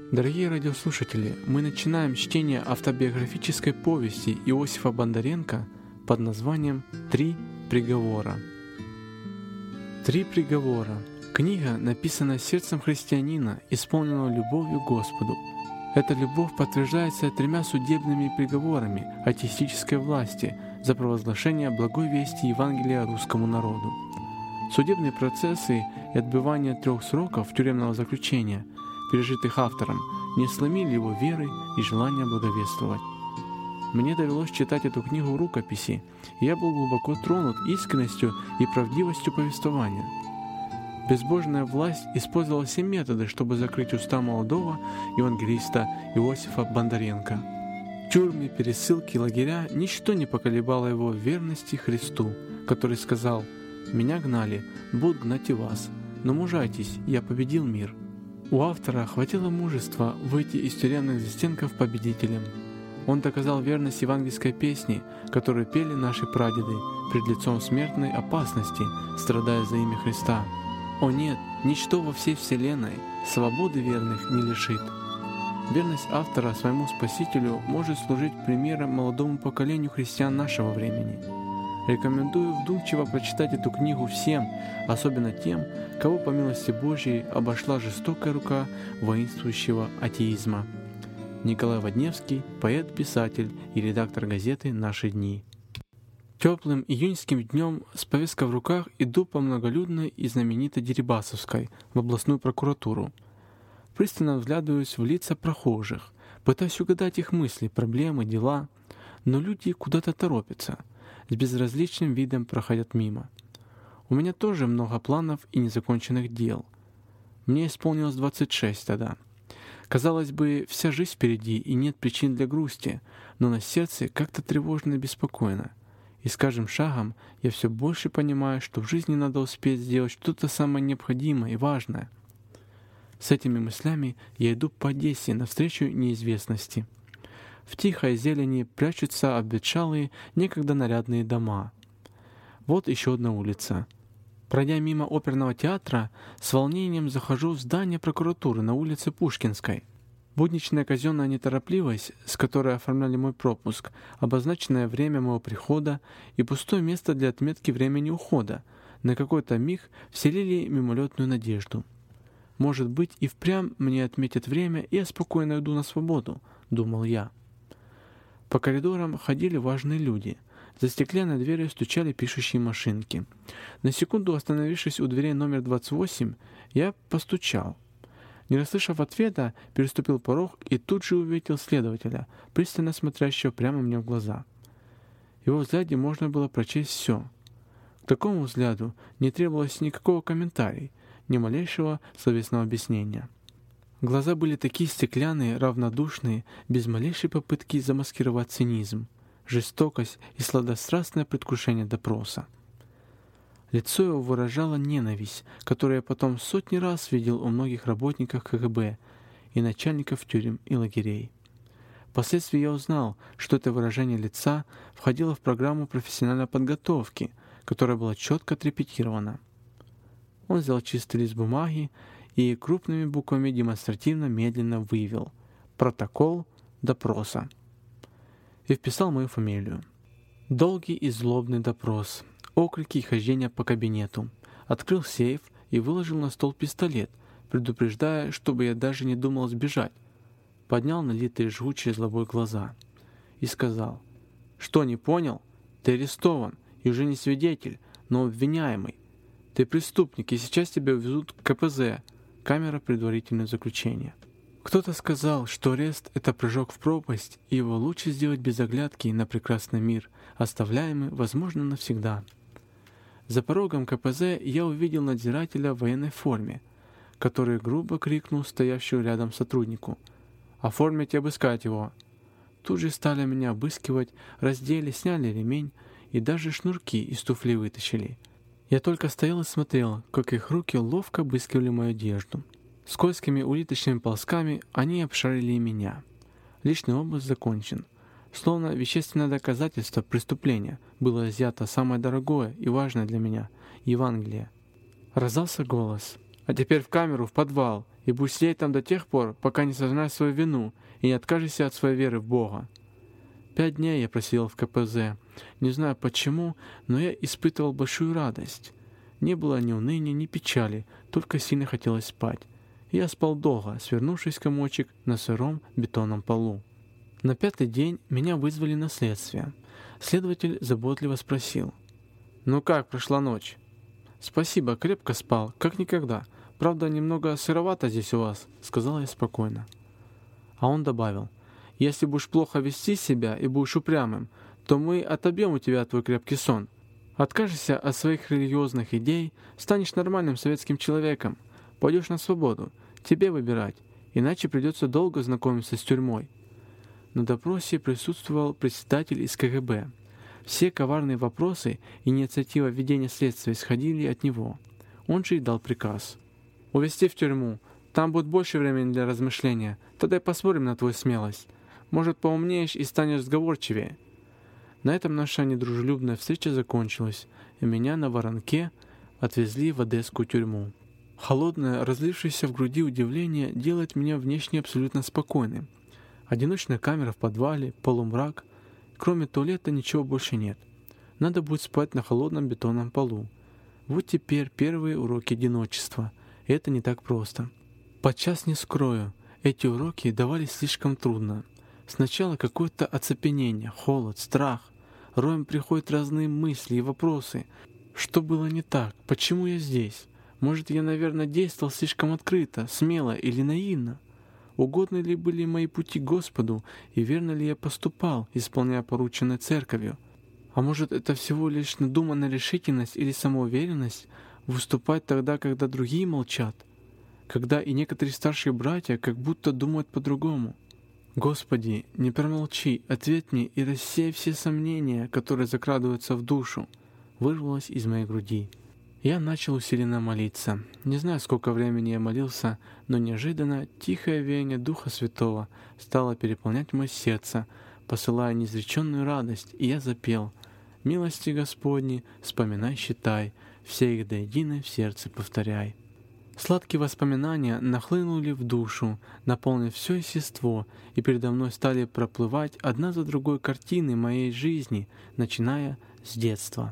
Дорогие радиослушатели, мы начинаем чтение автобиографической повести Иосифа Бондаренко под названием «Три приговора». «Три приговора» — книга, написанная сердцем христианина, исполненного любовью к Господу. Эта любовь подтверждается тремя судебными приговорами атеистической власти за провозглашение благой вести Евангелия русскому народу. Судебные процессы и отбывание 3 сроков тюремного заключения, пережитых автором, не сломили его веры и желания благовествовать. Мне довелось читать эту книгу в рукописи, и я был глубоко тронут искренностью и правдивостью повествования. Безбожная власть использовала все методы, чтобы закрыть уста молодого евангелиста Иосифа Бондаренко. Тюрьмы, пересылки, лагеря — ничто не поколебало его верности Христу, который сказал: «Меня гнали, будут гнать и вас, но мужайтесь, я победил мир». У автора хватило мужества выйти из тюремных застенков победителем. Он доказал верность евангельской песни, которую пели наши прадеды пред лицом смертной опасности, страдая за имя Христа. О нет, ничто во всей вселенной свободы верных не лишит. Верность автора своему Спасителю может служить примером молодому поколению христиан нашего времени. Рекомендую вдумчиво прочитать эту книгу всем, особенно тем, кого по милости Божьей обошла жестокая рука воинствующего атеизма. Николай Водневский, поэт, писатель и редактор газеты «Наши дни». Теплым июньским днем с повесткой в руках иду по многолюдной и знаменитой Дерибасовской в областную прокуратуру. Пристально вглядываюсь в лица прохожих, пытаюсь угадать их мысли, проблемы, дела, но люди куда-то торопятся, с безразличным видом проходят мимо. У меня тоже много планов и незаконченных дел. Мне исполнилось 26 тогда. Казалось бы, вся жизнь впереди и нет причин для грусти, но на сердце как-то тревожно и беспокойно. И с каждым шагом я все больше понимаю, что в жизни надо успеть сделать что-то самое необходимое и важное. С этими мыслями я иду по Одессе навстречу неизвестности. В тихой зелени прячутся обветшалые, некогда нарядные дома. Вот еще одна улица. Пройдя мимо оперного театра, с волнением захожу в здание прокуратуры на улице Пушкинской. Будничная казенная неторопливость, с которой оформляли мой пропуск, обозначенное время моего прихода и пустое место для отметки времени ухода, на какой-то миг вселили мимолетную надежду. Может быть, и впрямь мне отметят время, и я спокойно иду на свободу, думал я. По коридорам ходили важные люди. За стеклянной дверью стучали пишущие машинки. На секунду остановившись у дверей номер 28, я постучал. Не расслышав ответа, переступил порог и тут же увидел следователя, пристально смотрящего прямо мне в глаза. В его взгляде можно было прочесть все. К такому взгляду не требовалось никакого комментария, ни малейшего словесного объяснения. Глаза были такие стеклянные, равнодушные, без малейшей попытки замаскировать цинизм, жестокость и сладострастное предвкушение допроса. Лицо его выражало ненависть, которую я потом сотни раз видел у многих работников КГБ и начальников тюрем и лагерей. Впоследствии я узнал, что это выражение лица входило в программу профессиональной подготовки, которая была четко отрепетирована. Он взял чистый лист бумаги и крупными буквами демонстративно медленно вывел «Протокол допроса» и вписал мою фамилию. Долгий и злобный допрос, окрики и хождения по кабинету. Открыл сейф и выложил на стол пистолет, предупреждая, чтобы я даже не думал сбежать. Поднял налитые жгучей злобой глаза и сказал: «Что, не понял? Ты арестован и уже не свидетель, но обвиняемый. Ты преступник, и сейчас тебя увезут к КПЗ, камера предварительного заключения». Кто-то сказал, что арест — это прыжок в пропасть, и его лучше сделать без оглядки на прекрасный мир, оставляемый, возможно, навсегда. За порогом КПЗ я увидел надзирателя в военной форме, который грубо крикнул стоявшему рядом сотруднику: «Оформить и обыскать его!» Тут же стали меня обыскивать, раздели, сняли ремень и даже шнурки из туфли вытащили. Я только стоял и смотрел, как их руки ловко обыскивали мою одежду. Скользкими улиточными ползками они обшарили и меня. Личный обыск закончен. Словно вещественное доказательство преступления было изъято самое дорогое и важное для меня — Евангелие. Раздался голос: «А теперь в камеру, в подвал, и будешь сидеть там до тех пор, пока не сознаешь свою вину и не откажешься от своей веры в Бога». 5 дней я просидел в КПЗ. Не знаю почему, но я испытывал большую радость. Не было ни уныния, ни печали, только сильно хотелось спать. Я спал долго, свернувшись в комочек на сыром бетонном полу. На 5-й день меня вызвали на следствие. Следователь заботливо спросил: «Ну как прошла ночь?» «Спасибо, крепко спал, как никогда. Правда, немного сыровато здесь у вас», — сказал я спокойно. А он добавил: «Если будешь плохо вести себя и будешь упрямым, то мы отобьем у тебя твой крепкий сон. Откажешься от своих религиозных идей, станешь нормальным советским человеком, пойдешь на свободу, тебе выбирать, иначе придется долго знакомиться с тюрьмой». На допросе присутствовал председатель из КГБ. Все коварные вопросы и инициатива ведения следствия исходили от него. Он же и дал приказ: «Увезти в тюрьму. Там будет больше времени для размышления. Тогда и посмотрим на твою смелость. Может, поумнеешь и станешь сговорчивее». На этом наша недружелюбная встреча закончилась, и меня на воронке отвезли в одесскую тюрьму. Холодное, разлившееся в груди удивление делает меня внешне абсолютно спокойным. Одиночная камера в подвале, полумрак. Кроме туалета ничего больше нет. Надо будет спать на холодном бетонном полу. Вот теперь первые уроки одиночества. И это не так просто. Подчас не скрою, эти уроки давались слишком трудно. Сначала какое-то оцепенение, холод, страх. Роем приходят разные мысли и вопросы. Что было не так? Почему я здесь? Может, я, наверное, действовал слишком открыто, смело или наивно? Угодны ли были мои пути Господу, и верно ли я поступал, исполняя порученное церковью? А может, это всего лишь надуманная решительность или самоуверенность выступать тогда, когда другие молчат? Когда и некоторые старшие братья как будто думают по-другому? Господи, не промолчи, ответь мне и рассей все сомнения, которые закрадываются в душу, вырвалось из моей груди. Я начал усиленно молиться. Не знаю, сколько времени я молился, но неожиданно тихое веяние Духа Святого стало переполнять мое сердце, посылая неизреченную радость, и я запел: «Милости Господни, вспоминай, считай, все их до единой в сердце повторяй». Сладкие воспоминания нахлынули в душу, наполнив все естество, и передо мной стали проплывать одна за другой картины моей жизни, начиная с детства.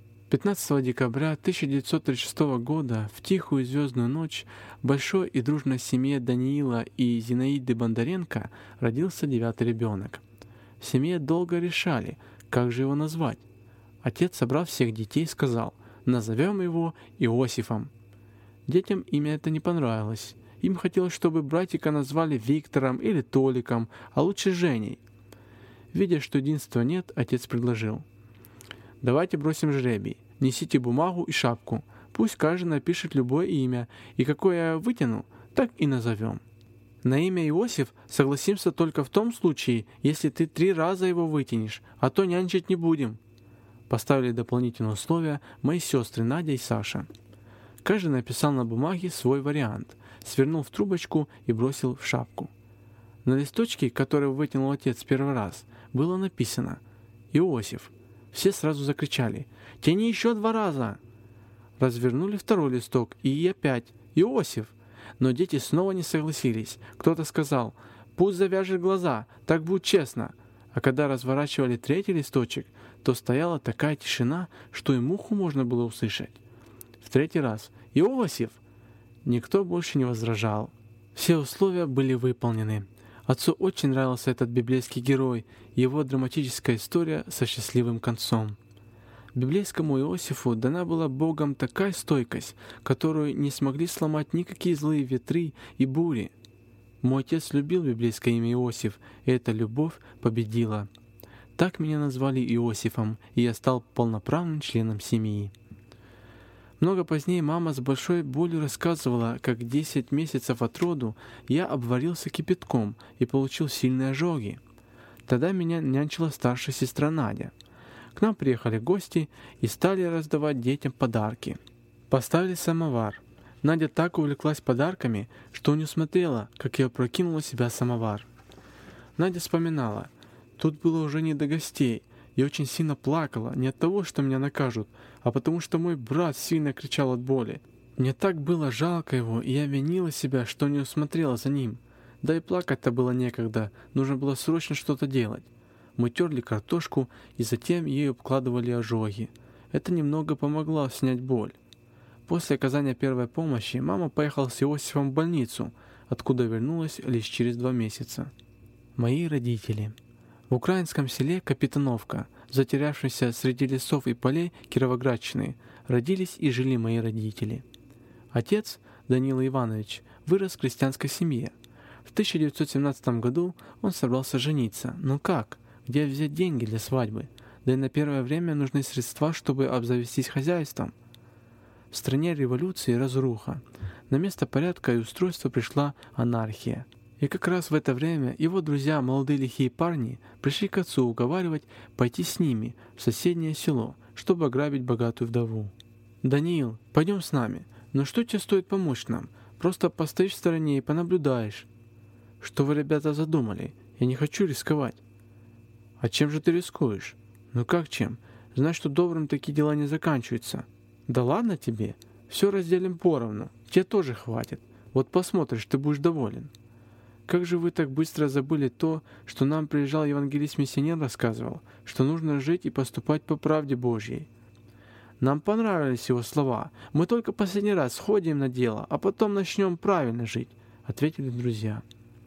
15 декабря 1936 года в тихую звездную ночь в большой и дружной семье Даниила и Зинаиды Бондаренко родился 9-й ребенок. В семье долго решали, как же его назвать. Отец, собрав всех детей, сказал: «Назовем его Иосифом». Детям имя это не понравилось. Им хотелось, чтобы братика назвали Виктором или Толиком, а лучше Женей. Видя, что единства нет, отец предложил: «Давайте бросим жребий. Несите бумагу и шапку. Пусть каждый напишет любое имя, и какое я вытяну, так и назовем. На имя Иосиф согласимся только в том случае, если ты 3 раза его вытянешь, а то нянчить не будем». Поставили дополнительные условия мои сестры Надя и Саша. Каждый написал на бумаге свой вариант, свернул в трубочку и бросил в шапку. На листочке, который вытянул отец первый раз, было написано «Иосиф». Все сразу закричали: «Тяни еще 2 раза!» Развернули второй листок, и опять «Иосиф». Но дети снова не согласились. Кто-то сказал: «Пусть завяжет глаза, так будет честно». А когда разворачивали 3-й листочек, то стояла такая тишина, что и муху можно было услышать. В 3-й раз «Иосиф!» Никто больше не возражал. Все условия были выполнены. Отцу очень нравился этот библейский герой, его драматическая история со счастливым концом. Библейскому Иосифу дана была Богом такая стойкость, которую не смогли сломать никакие злые ветры и бури. Мой отец любил библейское имя Иосиф, и эта любовь победила. Так меня назвали Иосифом, и я стал полноправным членом семьи. Много позднее мама с большой болью рассказывала, как 10 месяцев от роду я обварился кипятком и получил сильные ожоги. Тогда меня нянчила старшая сестра Надя. К нам приехали гости и стали раздавать детям подарки. Поставили самовар. Надя так увлеклась подарками, что не усмотрела, как я опрокинула в себя самовар. Надя вспоминала: «Тут было уже не до гостей. Я очень сильно плакала, не от того, что меня накажут, а потому что мой брат сильно кричал от боли. Мне так было жалко его, и я винила себя, что не усмотрела за ним. Да и плакать-то было некогда, нужно было срочно что-то делать. Мы терли картошку и затем ею обкладывали ожоги. Это немного помогло снять боль. После оказания первой помощи мама поехала с Иосифом в больницу, откуда вернулась лишь через 2 месяца. Мои родители. В украинском селе Капитановка, затерявшемся среди лесов и полей Кировоградщины, родились и жили мои родители. Отец, Данила Иванович, вырос в крестьянской семье. В 1917 году он собрался жениться. Но как? Где взять деньги для свадьбы? Да и на первое время нужны средства, чтобы обзавестись хозяйством. В стране революции разруха. На место порядка и устройства пришла анархия. И как раз в это время его друзья, молодые лихие парни, пришли к отцу уговаривать пойти с ними в соседнее село, чтобы ограбить богатую вдову. «Даниил, пойдем с нами. Но что тебе стоит помочь нам? Просто постоишь в стороне и понаблюдаешь». «Что вы, ребята, задумали? Я не хочу рисковать». «А чем же ты рискуешь?» «Ну как чем? Знай, что добрым такие дела не заканчиваются». «Да ладно тебе. Все разделим поровну. Тебе тоже хватит. Вот посмотришь, ты будешь доволен». «Как же вы так быстро забыли то, что нам приезжал евангелист-миссионер рассказывал, что нужно жить и поступать по правде Божьей?» «Нам понравились его слова. Мы только последний раз сходим на дело, а потом начнем правильно жить», — ответили друзья.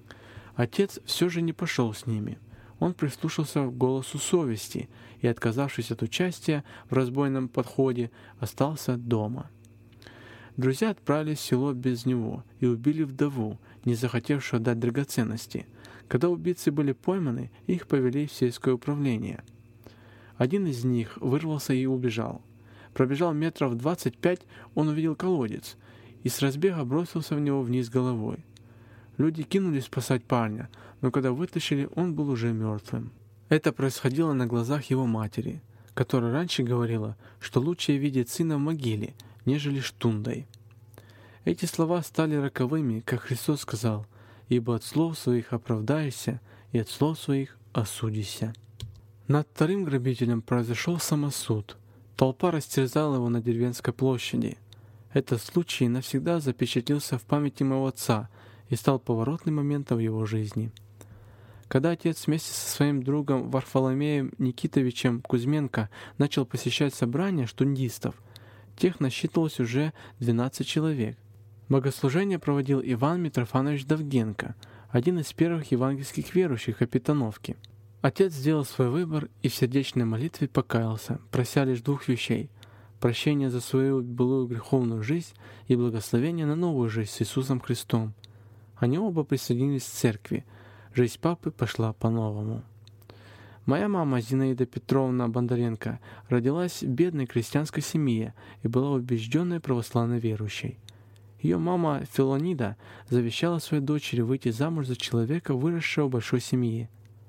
Отец все же не пошел с ними. Он прислушался к голосу совести и, отказавшись от участия в разбойном подходе, остался дома. Друзья отправились в село без него и убили вдову, не захотевшую отдать драгоценности. Когда убийцы были пойманы, их повели в сельское управление. Один из них вырвался и убежал. Пробежал метров 25, он увидел колодец и с разбега бросился в него вниз головой. Люди кинулись спасать парня, но когда вытащили, он был уже мертвым. Это происходило на глазах его матери, которая раньше говорила, что лучше видеть сына в могиле, нежели штундой. Эти слова стали роковыми, как Христос сказал: «Ибо от слов своих оправдаешься, и от слов своих осудишься». Над вторым грабителем произошел самосуд. Толпа растерзала его на деревенской площади. Этот случай навсегда запечатлился в памяти моего отца и стал поворотным моментом в его жизни. Когда отец вместе со своим другом Варфоломеем Никитовичем Кузьменко начал посещать собрания штундистов, тех насчитывалось уже 12 человек. Богослужение проводил Иван Митрофанович Довгенко, один из первых евангельских верующих Капитановки. Отец сделал свой выбор и в сердечной молитве покаялся, прося лишь 2 вещей: прощение за свою былую греховную жизнь и благословение на новую жизнь с Иисусом Христом. Они оба присоединились к церкви. Жизнь папы пошла по-новому. Моя мама Зинаида Петровна Бондаренко родилась в бедной крестьянской семье и была убежденной православной верующей. Ее мама Филонида завещала своей дочери выйти замуж за человека, выросшего в большой семье.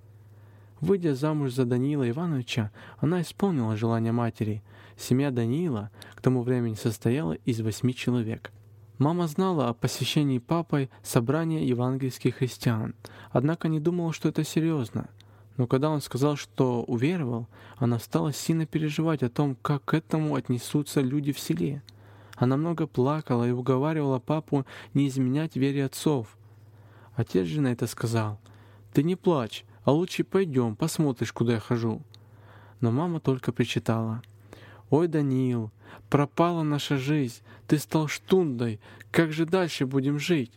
Выйдя замуж за Даниила Ивановича, она исполнила желание матери. Семья Даниила к тому времени состояла из 8 человек. Мама знала о посещении папой собрания евангельских христиан, однако не думала, что это серьезно. Но когда он сказал, что уверовал, она стала сильно переживать о том, как к этому отнесутся люди в селе. Она много плакала и уговаривала папу не изменять вере отцов. Отец же на это сказал: «Ты не плачь, а лучше пойдем, посмотришь, куда я хожу». Но мама только причитала: «Ой, Даниил, пропала наша жизнь, ты стал штундой, как же дальше будем жить?»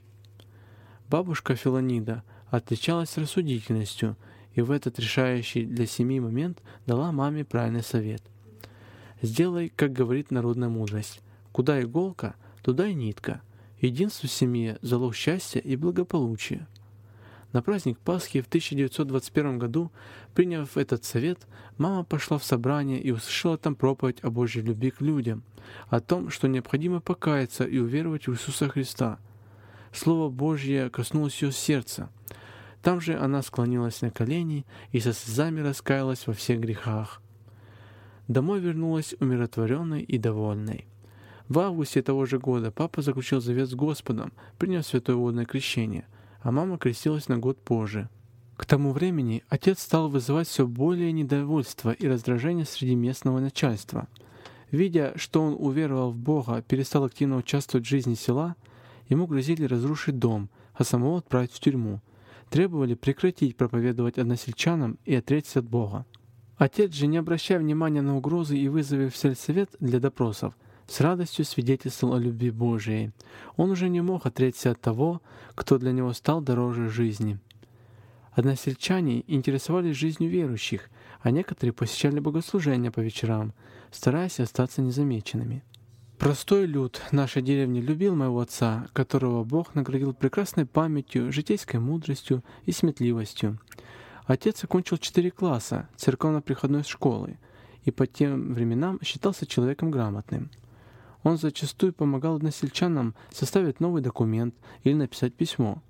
Бабушка Филонида отличалась рассудительностью и в этот решающий для семьи момент дала маме правильный совет. «Сделай, как говорит народная мудрость. Куда иголка, туда и нитка. Единство в семье – залог счастья и благополучия». На праздник Пасхи в 1921 году, приняв этот совет, мама пошла в собрание и услышала там проповедь о Божьей любви к людям, о том, что необходимо покаяться и уверовать в Иисуса Христа. Слово Божье коснулось ее сердца. Там же она склонилась на колени и со слезами раскаялась во всех грехах. Домой вернулась умиротворенной и довольной. В августе того же года папа заключил завет с Господом, приняв святое водное крещение, а мама крестилась на год позже. К тому времени отец стал вызывать все более недовольство и раздражение среди местного начальства. Видя, что он уверовал в Бога, перестал активно участвовать в жизни села, ему грозили разрушить дом, а самого отправить в тюрьму. Требовали прекратить проповедовать односельчанам и отречься от Бога. Отец же, не обращая внимания на угрозы и вызовы в сельсовет для допросов, с радостью свидетельствовал о любви Божией. Он уже не мог отречься от того, кто для него стал дороже жизни. Односельчане интересовались жизнью верующих, а некоторые посещали богослужения по вечерам, стараясь остаться незамеченными. Простой люд нашей деревни любил моего отца, которого Бог наградил прекрасной памятью, житейской мудростью и сметливостью. Отец окончил 4 класса церковно-приходной школы и по тем временам считался человеком грамотным. Он зачастую помогал односельчанам составить новый документ или написать письмо.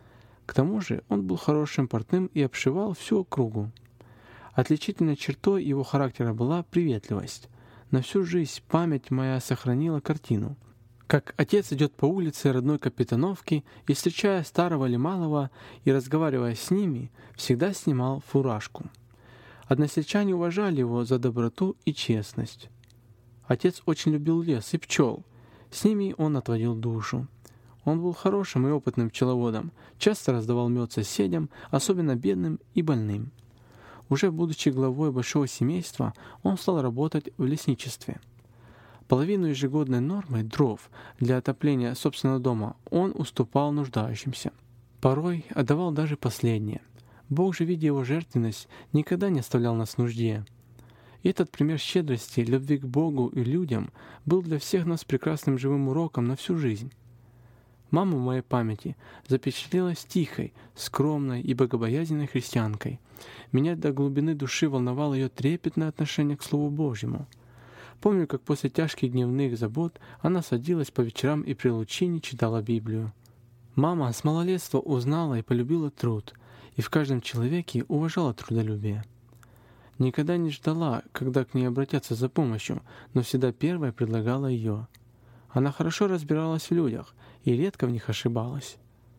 К тому же он был хорошим портным и обшивал всю округу. Отличительной чертой его характера была приветливость. На всю жизнь память моя сохранила картину. Как отец идет по улице родной Капитановки и, встречая старого или малого и разговаривая с ними, всегда снимал фуражку. Односельчане уважали его за доброту и честность. Отец очень любил лес и пчел. С ними он отводил душу. Он был хорошим и опытным пчеловодом, часто раздавал мед соседям, особенно бедным и больным. Уже будучи главой большого семейства, он стал работать в лесничестве. Половину ежегодной нормы дров для отопления собственного дома он уступал нуждающимся. Порой отдавал даже последнее. Бог же, видя его жертвенность, никогда не оставлял нас в нужде. И этот пример щедрости, любви к Богу и людям был для всех нас прекрасным живым уроком на всю жизнь. Мама в моей памяти запечатлелась тихой, скромной и богобоязненной христианкой. Меня до глубины души волновало ее трепетное отношение к Слову Божьему. Помню, как после тяжких дневных забот она садилась по вечерам и при лучине читала Библию. Мама с малолетства узнала и полюбила труд, и в каждом человеке уважала трудолюбие. Никогда не ждала, когда к ней обратятся за помощью, но всегда первая предлагала ее. Она хорошо разбиралась в людях и редко в них ошибалась.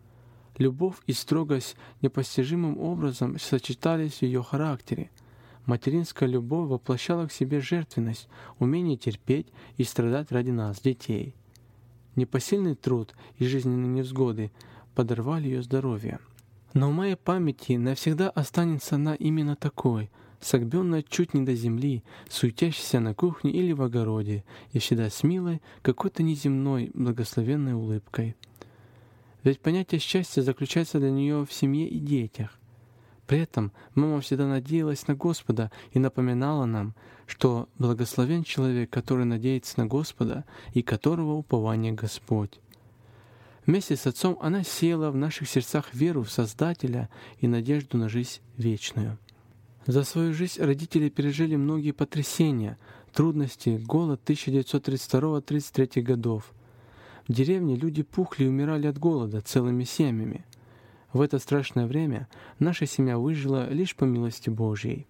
Любовь и строгость непостижимым образом сочетались в ее характере. Материнская любовь воплощала в себе жертвенность, умение терпеть и страдать ради нас, детей. Непосильный труд и жизненные невзгоды подорвали ее здоровье. Но в моей памяти навсегда останется она именно такой, согбенная чуть не до земли, суетящаяся на кухне или в огороде, и всегда с милой, какой-то неземной, благословенной улыбкой. Ведь понятие счастья заключается для нее в семье и детях. При этом мама всегда надеялась на Господа и напоминала нам, что благословен человек, который надеется на Господа и которого упование Господь. Вместе с отцом она сеяла в наших сердцах веру в Создателя и надежду на жизнь вечную. За свою жизнь родители пережили многие потрясения, трудности, голод 1932-33 годов. В деревне люди пухли и умирали от голода целыми семьями. В это страшное время наша семья выжила лишь по милости Божьей.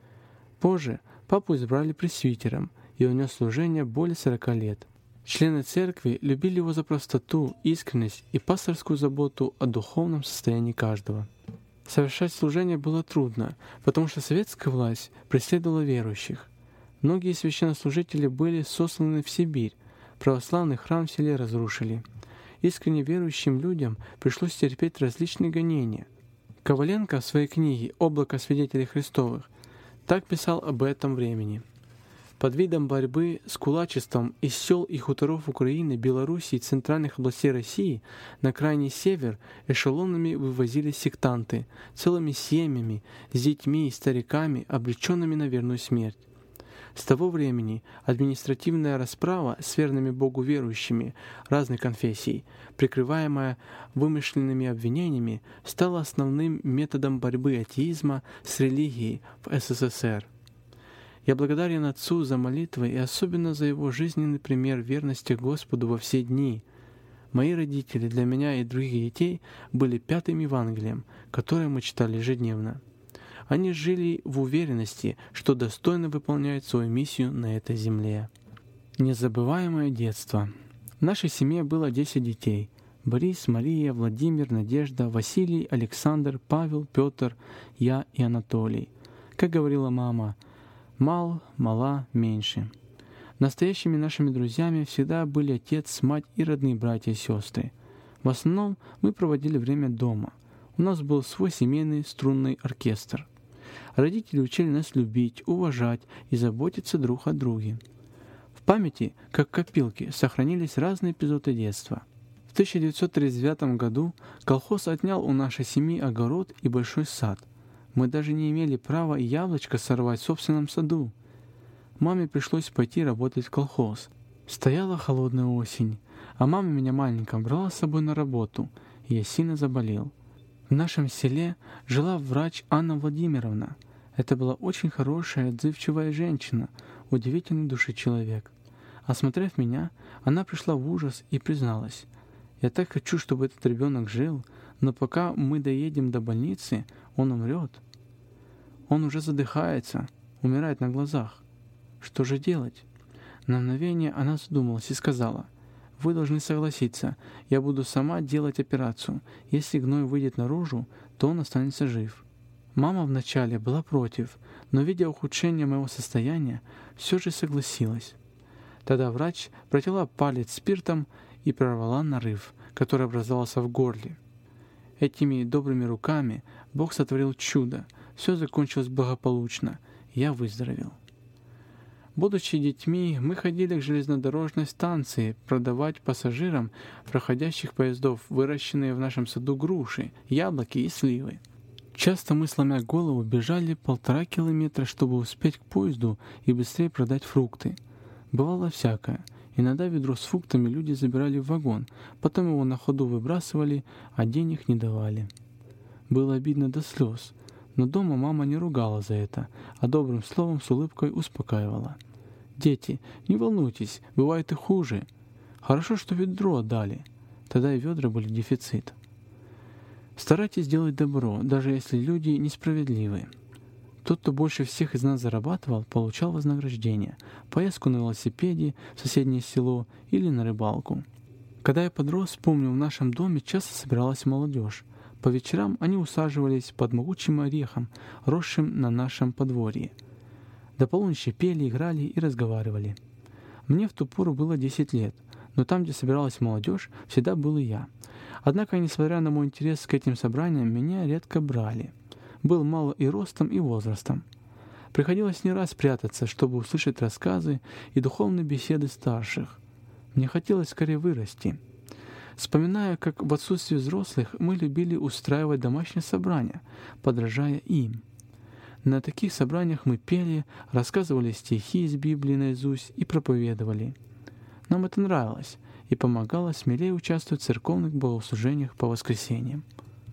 Позже папу избрали пресвитером, и он нес служение более 40 лет. Члены церкви любили его за простоту, искренность и пасторскую заботу о духовном состоянии каждого. Совершать служение было трудно, потому что советская власть преследовала верующих. Многие священнослужители были сосланы в Сибирь, православный храм в селе разрушили. Искренне верующим людям пришлось терпеть различные гонения. Коваленко в своей книге «Облако свидетелей Христовых» так писал об этом времени. Под видом борьбы с кулачеством из сел и хуторов Украины, Белоруссии и центральных областей России на крайний север эшелонами вывозились сектанты, целыми семьями, с детьми и стариками, обреченными на верную смерть. С того времени административная расправа с верными Богу верующими разных конфессий, прикрываемая вымышленными обвинениями, стала основным методом борьбы атеизма с религией в СССР. Я благодарен Отцу за молитвы и особенно за его жизненный пример верности Господу во все дни. Мои родители для меня и других детей были пятым Евангелием, которое мы читали ежедневно. Они жили в уверенности, что достойно выполняют свою миссию на этой земле. Незабываемое детство. В нашей семье было 10 детей. Борис, Мария, Владимир, Надежда, Василий, Александр, Павел, Петр, я и Анатолий. Как говорила мама, мал, мала, меньше. Настоящими нашими друзьями всегда были отец, мать и родные братья и сестры. В основном мы проводили время дома. У нас был свой семейный струнный оркестр. Родители учили нас любить, уважать и заботиться друг о друге. В памяти, как копилки, сохранились разные эпизоды детства. В 1939 году колхоз отнял у нашей семьи огород и большой сад. Мы даже не имели права яблочко сорвать в собственном саду. Маме пришлось пойти работать в колхоз. Стояла холодная осень, а мама меня маленького брала с собой на работу, и я сильно заболел. В нашем селе жила врач Анна Владимировна. Это была очень хорошая, отзывчивая женщина, удивительной души человек. Осмотрев меня, она пришла в ужас и призналась: «Я так хочу, чтобы этот ребенок жил, но пока мы доедем до больницы, он умрет. Он уже задыхается, умирает на глазах. Что же делать?» На мгновение она задумалась и сказала: «Вы должны согласиться, я буду сама делать операцию. Если гной выйдет наружу, то он останется жив». Мама вначале была против, но, видя ухудшение моего состояния, все же согласилась. Тогда врач протяла палец спиртом и прорвала нарыв, который образовался в горле. Этими добрыми руками Бог сотворил чудо, все закончилось благополучно, я выздоровел. Будучи детьми, мы ходили к железнодорожной станции продавать пассажирам проходящих поездов выращенные в нашем саду груши, яблоки и сливы. Часто мы, сломя голову, бежали 1,5 километра, чтобы успеть к поезду и быстрее продать фрукты. Бывало всякое. Иногда ведро с фруктами люди забирали в вагон, потом его на ходу выбрасывали, а денег не давали. Было обидно до слез, но дома мама не ругала за это, а добрым словом с улыбкой успокаивала. «Дети, не волнуйтесь, бывает и хуже. Хорошо, что ведро отдали». Тогда и ведра были дефицит. Старайтесь делать добро, даже если люди несправедливы. Тот, кто больше всех из нас зарабатывал, получал вознаграждение, поездку на велосипеде в соседнее село или на рыбалку. Когда я подрос, помню, в нашем доме часто собиралась молодежь. По вечерам они усаживались под могучим орехом, росшим на нашем подворье. До полуночи пели, играли и разговаривали. Мне в ту пору было 10 лет, но там, где собиралась молодежь, всегда был и я. Однако, несмотря на мой интерес к этим собраниям, меня редко брали. Был мало и ростом, и возрастом. Приходилось не раз прятаться, чтобы услышать рассказы и духовные беседы старших. Мне хотелось скорее вырасти. Вспоминая, как в отсутствии взрослых мы любили устраивать домашние собрания, подражая им. На таких собраниях мы пели, рассказывали стихи из Библии наизусть и проповедовали. Нам это нравилось и помогало смелее участвовать в церковных богослужениях по воскресеньям.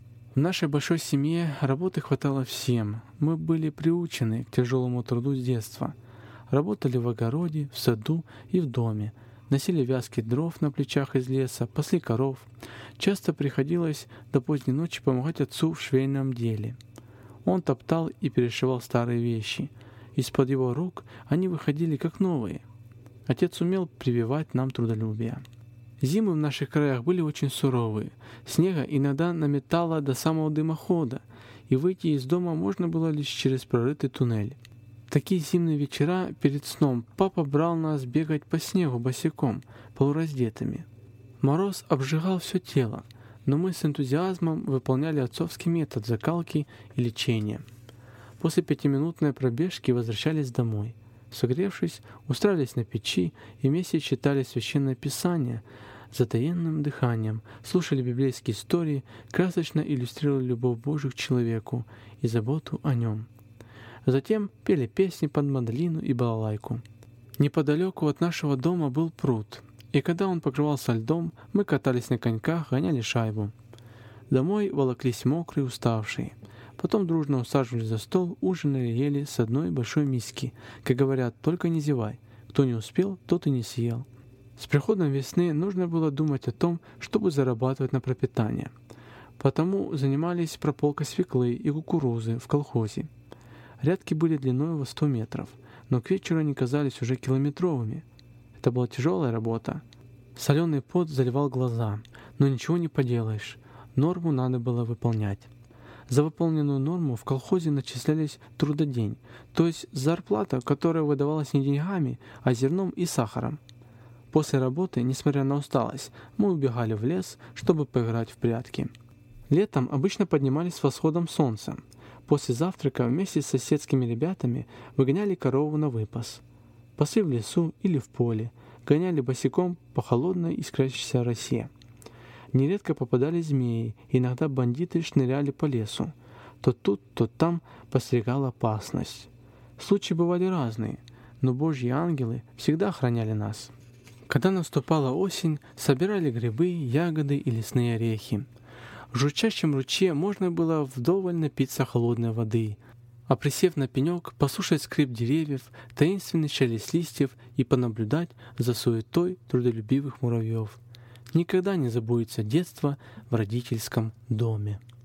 В нашей большой семье работы хватало всем. Мы были приучены к тяжелому труду с детства. Работали в огороде, в саду и в доме. Носили вязки дров на плечах из леса, пасли коров. Часто приходилось до поздней ночи помогать отцу в швейном деле. Он топтал и перешивал старые вещи. Из-под его рук они выходили как новые. Отец умел прививать нам трудолюбие. Зимы в наших краях были очень суровые. Снега иногда наметало до самого дымохода, и выйти из дома можно было лишь через прорытый туннель. В такие зимние вечера перед сном папа брал нас бегать по снегу босиком, полураздетыми. Мороз обжигал все тело, но мы с энтузиазмом выполняли отцовский метод закалки и лечения. После 5-минутной пробежки возвращались домой. Согревшись, устраивались на печи и вместе читали Священное Писание с затаенным дыханием, слушали библейские истории, красочно иллюстрировали любовь Божию к человеку и заботу о нем. Затем пели песни под мандолину и балалайку. Неподалеку от нашего дома был пруд, и когда он покрывался льдом, мы катались на коньках, гоняли шайбу. Домой волоклись мокрые, уставшие. Потом дружно усаживались за стол, ужинали, ели с одной большой миски. Как говорят, только не зевай. Кто не успел, тот и не съел. С приходом весны нужно было думать о том, чтобы зарабатывать на пропитание. Потому занимались прополкой свеклы и кукурузы в колхозе. Рядки были длиной во 100 метров, но к вечеру они казались уже километровыми. Это была тяжелая работа. Соленый пот заливал глаза, но ничего не поделаешь. Норму надо было выполнять. За выполненную норму в колхозе начислялись трудодень, то есть зарплата, которая выдавалась не деньгами, а зерном и сахаром. После работы, несмотря на усталость, мы убегали в лес, чтобы поиграть в прятки. Летом обычно поднимались с восходом солнца. После завтрака вместе с соседскими ребятами выгоняли корову на выпас. Пасы в лесу или в поле, гоняли босиком по холодной искрящейся росе. Нередко попадались змеи, иногда бандиты шныряли по лесу. То тут, то там подстерегала опасность. Случаи бывали разные, но Божьи ангелы всегда охраняли нас. Когда наступала осень, собирали грибы, ягоды и лесные орехи. В журчащем ручье можно было вдоволь напиться холодной воды, а присев на пенек, послушать скрип деревьев, таинственный шелест листьев и понаблюдать за суетой трудолюбивых муравьев. Никогда не забудется детство в родительском доме.